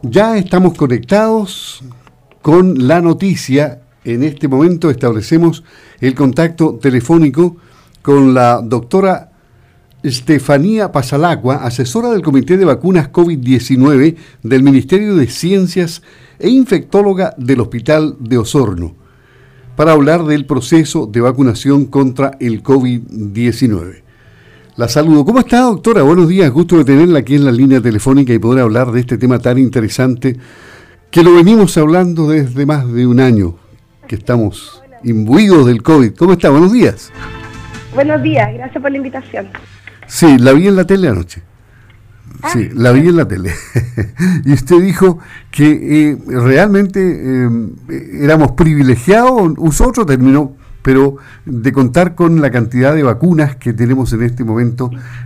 Ya estamos conectados con la noticia. En este momento establecemos el contacto telefónico con la doctora Estefanía Pasalacqua, asesora del Comité de Vacunas COVID-19 del Ministerio de Ciencias e infectóloga del Hospital de Osorno, para hablar del proceso de vacunación contra el COVID-19. La saludo. ¿Cómo está, doctora? Buenos días. Gusto de tenerla aquí en la línea telefónica y poder hablar de este tema tan interesante que lo venimos hablando desde más de un año, que estamos imbuidos del COVID. ¿Cómo está? Buenos días. Buenos días. Gracias por la invitación. Sí, la vi en la tele anoche. Sí, la vi en la tele. Y usted dijo que realmente éramos privilegiados, usó otro término, pero de contar con la cantidad de vacunas que tenemos en este momento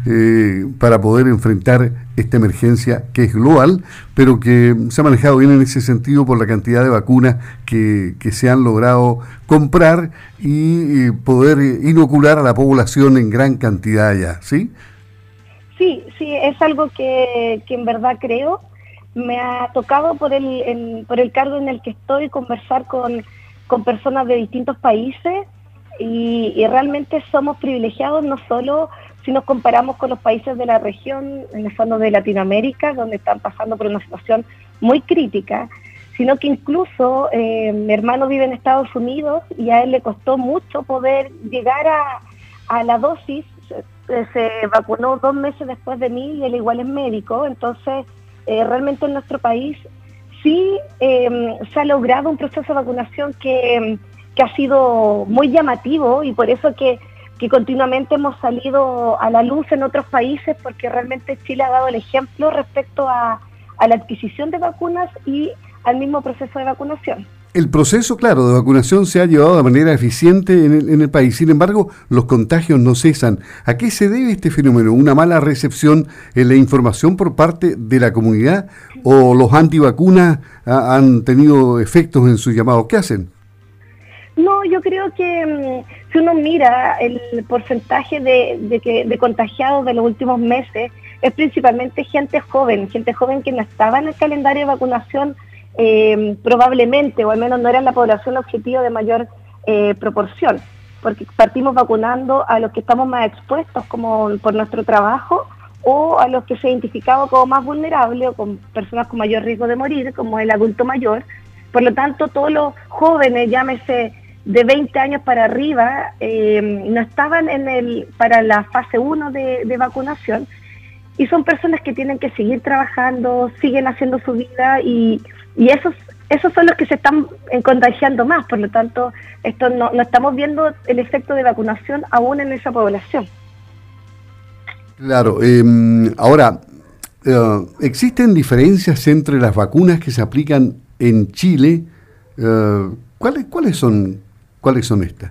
para poder enfrentar esta emergencia que es global, pero que se ha manejado bien en ese sentido por la cantidad de vacunas que se han logrado comprar y poder inocular a la población en gran cantidad ya, ¿sí? Sí, es algo que en verdad creo. Me ha tocado por el cargo en el que estoy conversar con personas de distintos países y realmente somos privilegiados, no solo si nos comparamos con los países de la región, en el fondo de Latinoamérica, donde están pasando por una situación muy crítica, sino que incluso mi hermano vive en Estados Unidos y a él le costó mucho poder llegar a la dosis. Se vacunó 2 meses después de mí y él igual es médico, entonces realmente en nuestro país sí se ha logrado un proceso de vacunación que ha sido muy llamativo y por eso que continuamente hemos salido a la luz en otros países, porque realmente Chile ha dado el ejemplo respecto a la adquisición de vacunas y al mismo proceso de vacunación. El proceso, claro, de vacunación se ha llevado de manera eficiente en el país. Sin embargo, los contagios no cesan. ¿A qué se debe este fenómeno? ¿Una mala recepción en la información por parte de la comunidad? ¿O los antivacunas han tenido efectos en sus llamados? ¿Qué hacen? No, yo creo que si uno mira el porcentaje de contagiados de los últimos meses, es principalmente gente joven que no estaba en el calendario de vacunación probablemente, o al menos no era la población objetivo de mayor proporción, porque partimos vacunando a los que estamos más expuestos como por nuestro trabajo o a los que se identificaban como más vulnerables o con personas con mayor riesgo de morir, como el adulto mayor. Por lo tanto, todos los jóvenes, llámese de 20 años para arriba, no estaban para la fase 1 de vacunación, y son personas que tienen que seguir trabajando, siguen haciendo su vida y esos son los que se están contagiando más. Por lo tanto, no estamos viendo el efecto de vacunación aún en esa población. Claro, ahora, ¿existen diferencias entre las vacunas que se aplican en Chile? ¿Cuáles son estas?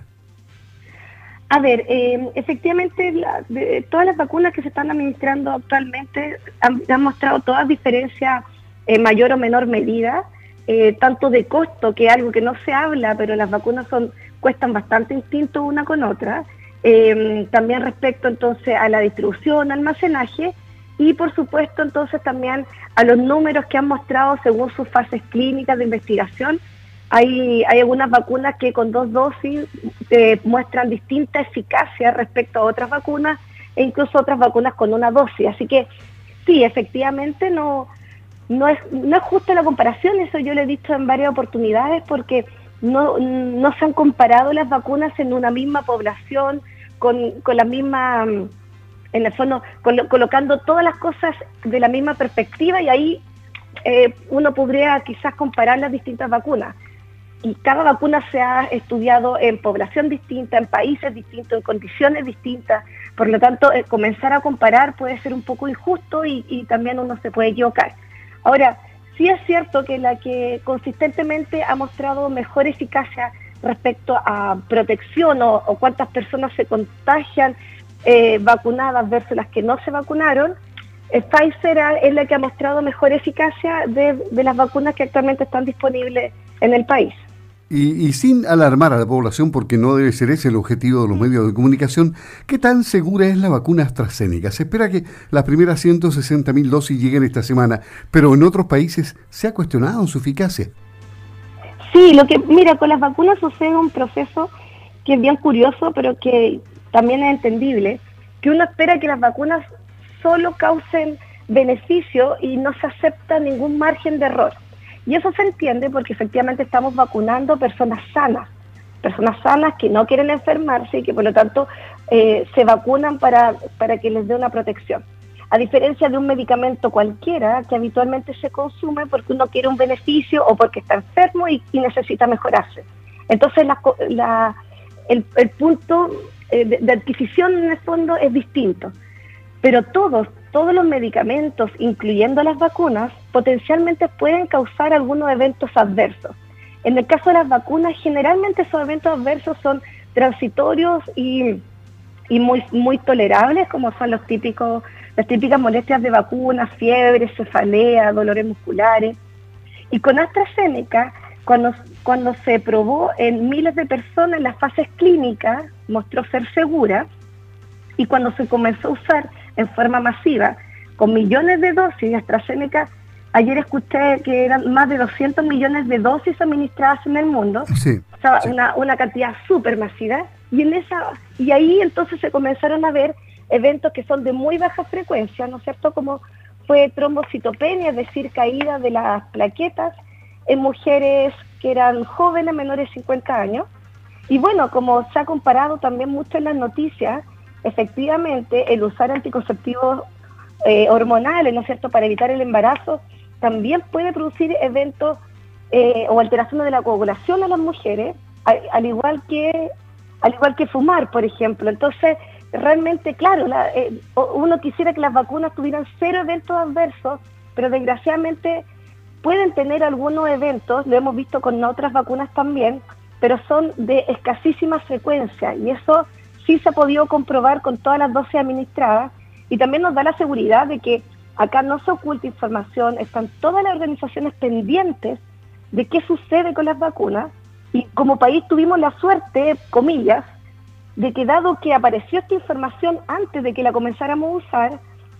A ver, efectivamente, todas las vacunas que se están administrando actualmente han mostrado todas diferencias en mayor o menor medida, tanto de costo, que es algo que no se habla, pero las vacunas cuestan bastante distinto una con otra, también respecto entonces a la distribución, almacenaje, y por supuesto entonces también a los números que han mostrado según sus fases clínicas de investigación. Hay algunas vacunas que con 2 dosis muestran distinta eficacia respecto a otras vacunas, e incluso otras vacunas con 1 dosis. Así que sí, efectivamente no es justa la comparación. Eso yo lo he dicho en varias oportunidades, porque no se han comparado las vacunas en una misma población, con la misma, en el fondo, colocando todas las cosas de la misma perspectiva, y ahí uno podría quizás comparar las distintas vacunas. Y cada vacuna se ha estudiado en población distinta, en países distintos, en condiciones distintas. Por lo tanto, comenzar a comparar puede ser un poco injusto y también uno se puede equivocar. Ahora, sí es cierto que la que consistentemente ha mostrado mejor eficacia respecto a protección o cuántas personas se contagian vacunadas versus las que no se vacunaron, Pfizer es la que ha mostrado mejor eficacia de las vacunas que actualmente están disponibles en el país. Y sin alarmar a la población, porque no debe ser ese el objetivo de los medios de comunicación, ¿qué tan segura es la vacuna AstraZeneca? Se espera que las primeras 160.000 dosis lleguen esta semana, pero en otros países se ha cuestionado su eficacia. Sí, mira, con las vacunas sucede un proceso que es bien curioso, pero que también es entendible, que uno espera que las vacunas solo causen beneficio y no se acepta ningún margen de error. Y eso se entiende porque efectivamente estamos vacunando personas sanas que no quieren enfermarse y que por lo tanto se vacunan para que les dé una protección. A diferencia de un medicamento cualquiera que habitualmente se consume porque uno quiere un beneficio o porque está enfermo y necesita mejorarse. Entonces el punto de adquisición en el fondo es distinto. Pero todos los medicamentos, incluyendo las vacunas, potencialmente pueden causar algunos eventos adversos. En el caso de las vacunas, generalmente esos eventos adversos son transitorios y muy tolerables, como son las típicas molestias de vacunas, fiebre, cefalea, dolores musculares. Y con AstraZeneca, cuando se probó en miles de personas en las fases clínicas, mostró ser segura, y cuando se comenzó a usar en forma masiva, con millones de dosis de AstraZeneca, ayer escuché que eran más de 200 millones de dosis administradas en el mundo, Sí, o sea, sí. una cantidad súper masiva, y ahí entonces se comenzaron a ver eventos que son de muy baja frecuencia, ¿no es cierto?, como fue trombocitopenia, es decir, caída de las plaquetas en mujeres que eran jóvenes, menores de 50 años, y bueno, como se ha comparado también mucho en las noticias, efectivamente el usar anticonceptivos hormonales, ¿no es cierto?, para evitar el embarazo, también puede producir eventos o alteraciones de la coagulación a las mujeres, al igual que fumar, por ejemplo. Entonces, realmente, claro, uno quisiera que las vacunas tuvieran cero eventos adversos, pero desgraciadamente pueden tener algunos eventos, lo hemos visto con otras vacunas también, pero son de escasísima frecuencia, y eso sí se ha podido comprobar con todas las dosis administradas, y también nos da la seguridad de que acá no se oculta información, están todas las organizaciones pendientes de qué sucede con las vacunas, y como país tuvimos la suerte, comillas, de que dado que apareció esta información antes de que la comenzáramos a usar,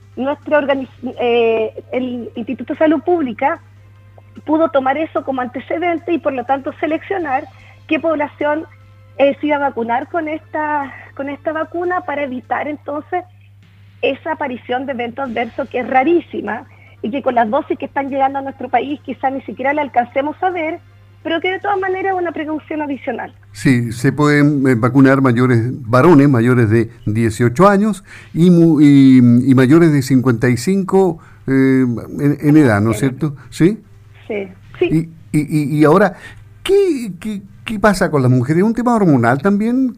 el Instituto de Salud Pública pudo tomar eso como antecedente y por lo tanto seleccionar qué población se iba a vacunar con esta vacuna para evitar entonces esa aparición de eventos adversos que es rarísima y que con las dosis que están llegando a nuestro país quizás ni siquiera la alcancemos a ver, pero que de todas maneras es una precaución adicional. Sí, se pueden vacunar varones mayores de 18 años y mayores de 55 en edad, ¿no es cierto? ¿Sí? Sí, sí. Y ahora, ¿qué pasa con las mujeres? ¿Es un tema hormonal también?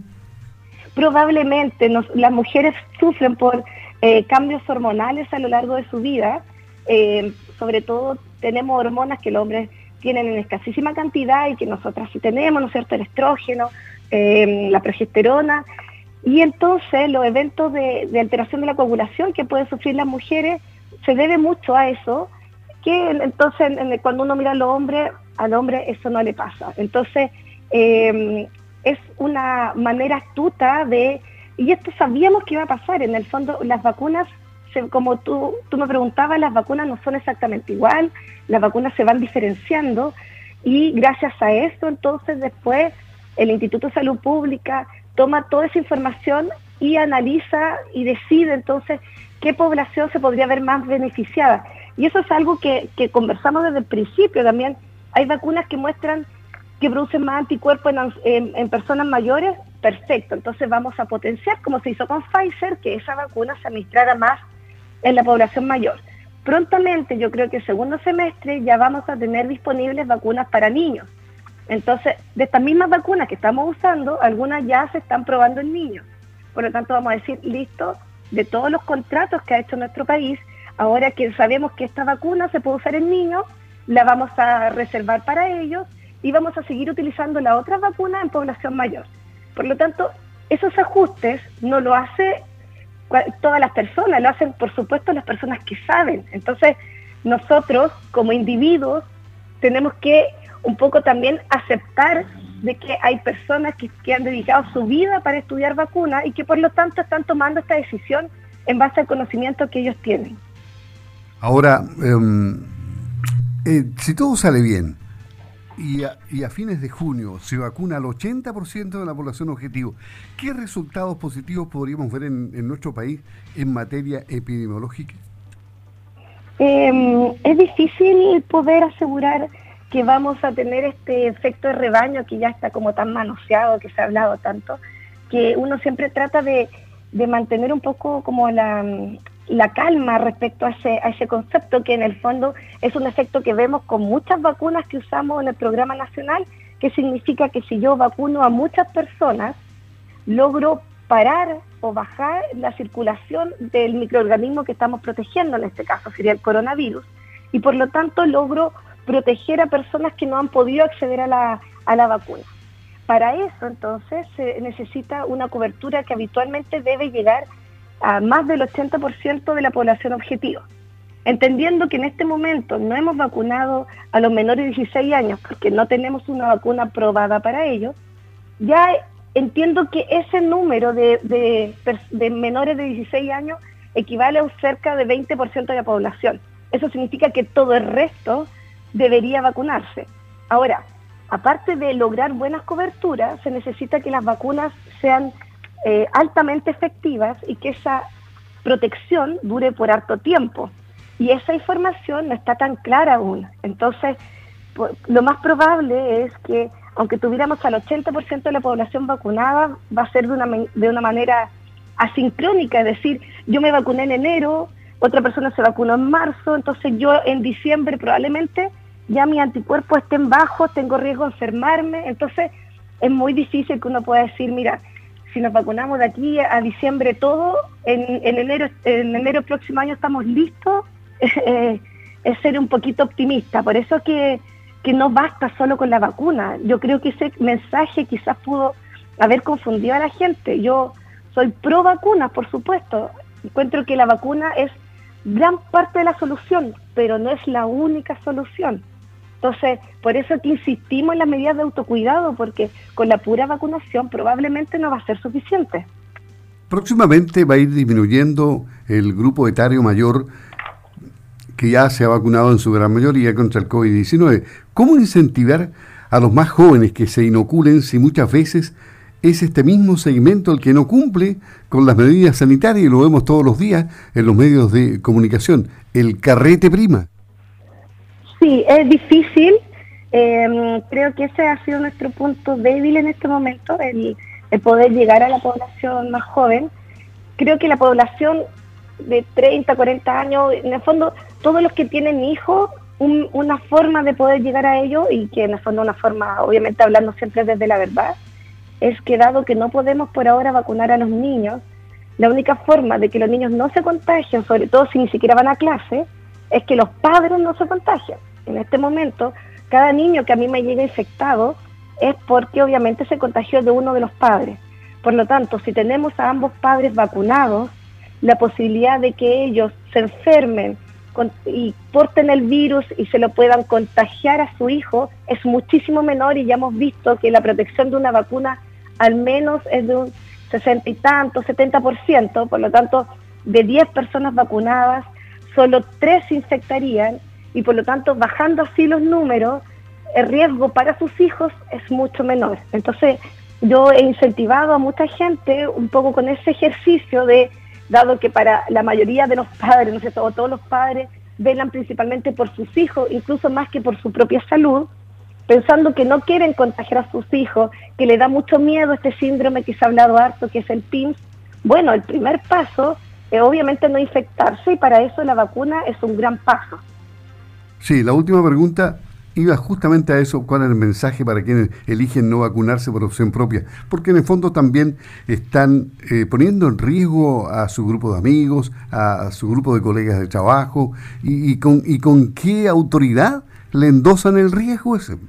Probablemente las mujeres sufren por cambios hormonales a lo largo de su vida. Sobre todo tenemos hormonas que los hombres tienen en escasísima cantidad y que nosotras sí tenemos, ¿no es cierto?, el estrógeno, la progesterona, y entonces los eventos de alteración de la coagulación que pueden sufrir las mujeres se debe mucho a eso, que entonces cuando uno mira al hombre eso no le pasa. Entonces es una manera astuta y esto sabíamos que iba a pasar. En el fondo las vacunas, como tú me preguntabas, las vacunas no son exactamente igual, las vacunas se van diferenciando y gracias a eso entonces después el Instituto de Salud Pública toma toda esa información y analiza y decide entonces qué población se podría ver más beneficiada. Y eso es algo que conversamos desde el principio también. Hay vacunas que muestran que producen más anticuerpos en personas mayores, perfecto, entonces vamos a potenciar, como se hizo con Pfizer, que esa vacuna se administrara más en la población mayor. Prontamente, yo creo que el segundo semestre ya vamos a tener disponibles vacunas para niños. Entonces, de estas mismas vacunas que estamos usando, algunas ya se están probando en niños. Por lo tanto, vamos a decir, listo, de todos los contratos que ha hecho nuestro país, ahora que sabemos que esta vacuna se puede usar en niños, la vamos a reservar para ellos y vamos a seguir utilizando la otra vacuna en población mayor. Por lo tanto, esos ajustes no lo hace todas las personas, lo hacen por supuesto las personas que saben. Entonces nosotros como individuos tenemos que un poco también aceptar de que hay personas que han dedicado su vida para estudiar vacunas y que por lo tanto están tomando esta decisión en base al conocimiento que ellos tienen. Ahora, si todo sale bien y a fines de junio se vacuna al 80% de la población objetivo, ¿qué resultados positivos podríamos ver en nuestro país en materia epidemiológica? Es difícil poder asegurar que vamos a tener este efecto de rebaño que ya está como tan manoseado, que se ha hablado tanto, que uno siempre trata de mantener un poco como la calma respecto a ese concepto, que en el fondo es un efecto que vemos con muchas vacunas que usamos en el programa nacional, que significa que si yo vacuno a muchas personas, logro parar o bajar la circulación del microorganismo que estamos protegiendo, en este caso sería el coronavirus, y por lo tanto logro proteger a personas que no han podido acceder a la vacuna. Para eso, entonces, se necesita una cobertura que habitualmente debe llegar a más del 80% de la población objetivo. Entendiendo que en este momento no hemos vacunado a los menores de 16 años porque no tenemos una vacuna aprobada para ello, ya entiendo que ese número de menores de 16 años equivale a cerca de 20% de la población. Eso significa que todo el resto debería vacunarse. Ahora, aparte de lograr buenas coberturas, se necesita que las vacunas sean altamente efectivas y que esa protección dure por harto tiempo. Y esa información no está tan clara aún. Entonces, lo más probable es que, aunque tuviéramos al 80% de la población vacunada, va a ser de una manera asincrónica, es decir, yo me vacuné en enero, otra persona se vacunó en marzo, entonces yo en diciembre probablemente ya mis anticuerpos estén bajos, tengo riesgo de enfermarme, entonces es muy difícil que uno pueda decir, mira, si nos vacunamos de aquí a diciembre todo, en enero próximo año estamos listos, es ser un poquito optimista, por eso que no basta solo con la vacuna. Yo creo que ese mensaje quizás pudo haber confundido a la gente. Yo soy pro vacuna, por supuesto, encuentro que la vacuna es gran parte de la solución, pero no es la única solución. Entonces, por eso que insistimos en las medidas de autocuidado, porque con la pura vacunación probablemente no va a ser suficiente. Próximamente va a ir disminuyendo el grupo etario mayor que ya se ha vacunado en su gran mayoría contra el COVID-19. ¿Cómo incentivar a los más jóvenes que se inoculen si muchas veces es este mismo segmento el que no cumple con las medidas sanitarias, y lo vemos todos los días en los medios de comunicación? El carrete prima. Sí, es difícil. Creo que ese ha sido nuestro punto débil en este momento, el poder llegar a la población más joven. Creo que la población de 30, 40 años, en el fondo, todos los que tienen hijos, una forma de poder llegar a ellos, y que en el fondo una forma, obviamente hablando siempre desde la verdad, es que dado que no podemos por ahora vacunar a los niños, la única forma de que los niños no se contagien, sobre todo si ni siquiera van a clase, es que los padres no se contagien. En este momento, cada niño que a mí me llega infectado es porque obviamente se contagió de uno de los padres. Por lo tanto, si tenemos a ambos padres vacunados, la posibilidad de que ellos se enfermen y porten el virus y se lo puedan contagiar a su hijo es muchísimo menor, y ya hemos visto que la protección de una vacuna al menos es de un 60 y tanto, 70%, por lo tanto, de 10 personas vacunadas, solo 3 se infectarían, y por lo tanto, bajando así los números, el riesgo para sus hijos es mucho menor. Entonces, yo he incentivado a mucha gente un poco con ese ejercicio dado que para la mayoría de los padres, no sé, todos los padres velan principalmente por sus hijos, incluso más que por su propia salud, pensando que no quieren contagiar a sus hijos, que le da mucho miedo este síndrome que se ha hablado harto, que es el PIMS. Bueno, el primer paso es obviamente no infectarse, y para eso la vacuna es un gran paso. Sí, la última pregunta iba justamente a eso. ¿Cuál es el mensaje para quienes eligen no vacunarse por opción propia? Porque en el fondo también están poniendo en riesgo a su grupo de amigos, a su grupo de colegas de trabajo, y con qué autoridad le endosan el riesgo ese.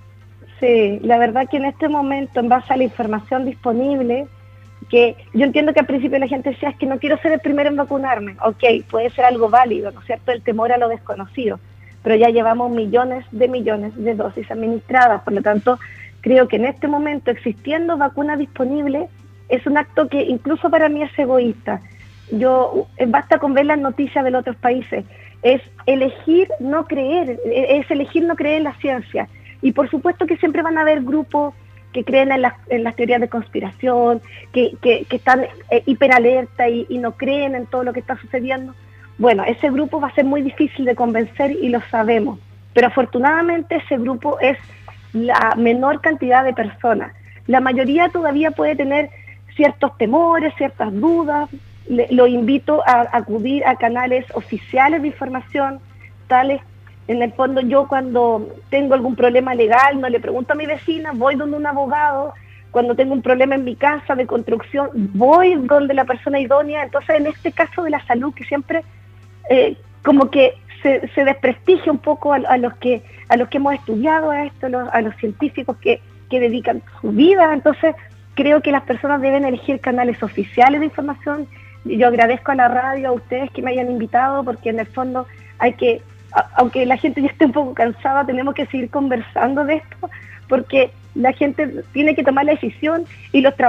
Sí, la verdad que en este momento, en base a la información disponible, que yo entiendo que al principio la gente decía, es que no quiero ser el primero en vacunarme. Ok, puede ser algo válido, ¿no es cierto?, el temor a lo desconocido. pero ya llevamos millones de dosis administradas. Por lo tanto, creo que en este momento, existiendo vacunas disponibles, es un acto que incluso para mí es egoísta. Basta con ver las noticias de los otros países. Es elegir no creer en la ciencia. Y por supuesto que siempre van a haber grupos que creen en las teorías de conspiración, que están hiperalerta y no creen en todo lo que está sucediendo. Bueno, ese grupo va a ser muy difícil de convencer y lo sabemos. Pero afortunadamente ese grupo es la menor cantidad de personas. La mayoría todavía puede tener ciertos temores, ciertas dudas. Lo invito a acudir a canales oficiales de información, tales. En el fondo, yo cuando tengo algún problema legal, no le pregunto a mi vecina, voy donde un abogado. Cuando tengo un problema en mi casa de construcción, voy donde la persona idónea. Entonces, en este caso de la salud, que siempre como que se desprestigia un poco a los que hemos estudiado a esto, a los científicos que dedican su vida. Entonces, creo que las personas deben elegir canales oficiales de información. Yo agradezco a la radio, a ustedes que me hayan invitado, porque en el fondo aunque la gente ya esté un poco cansada, tenemos que seguir conversando de esto, porque la gente tiene que tomar la decisión y los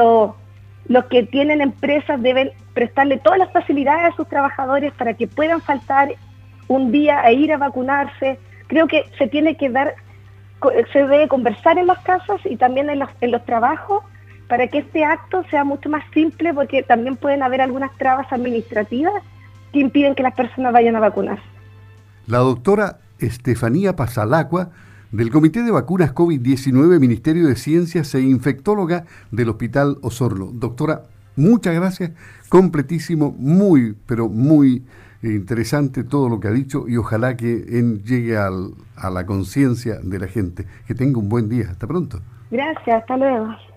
que tienen empresas deben prestarle todas las facilidades a sus trabajadores para que puedan faltar un día a ir a vacunarse. Creo que se debe conversar en las casas y también en los trabajos, para que este acto sea mucho más simple, porque también pueden haber algunas trabas administrativas que impiden que las personas vayan a vacunarse. La doctora Estefanía Pasalacqua, del Comité de Vacunas COVID-19, Ministerio de Ciencias e infectóloga del Hospital Osorno. Doctora, muchas gracias, completísimo, muy, pero muy interesante todo lo que ha dicho, y ojalá que llegue a la conciencia de la gente. Que tenga un buen día, hasta pronto. Gracias, hasta luego.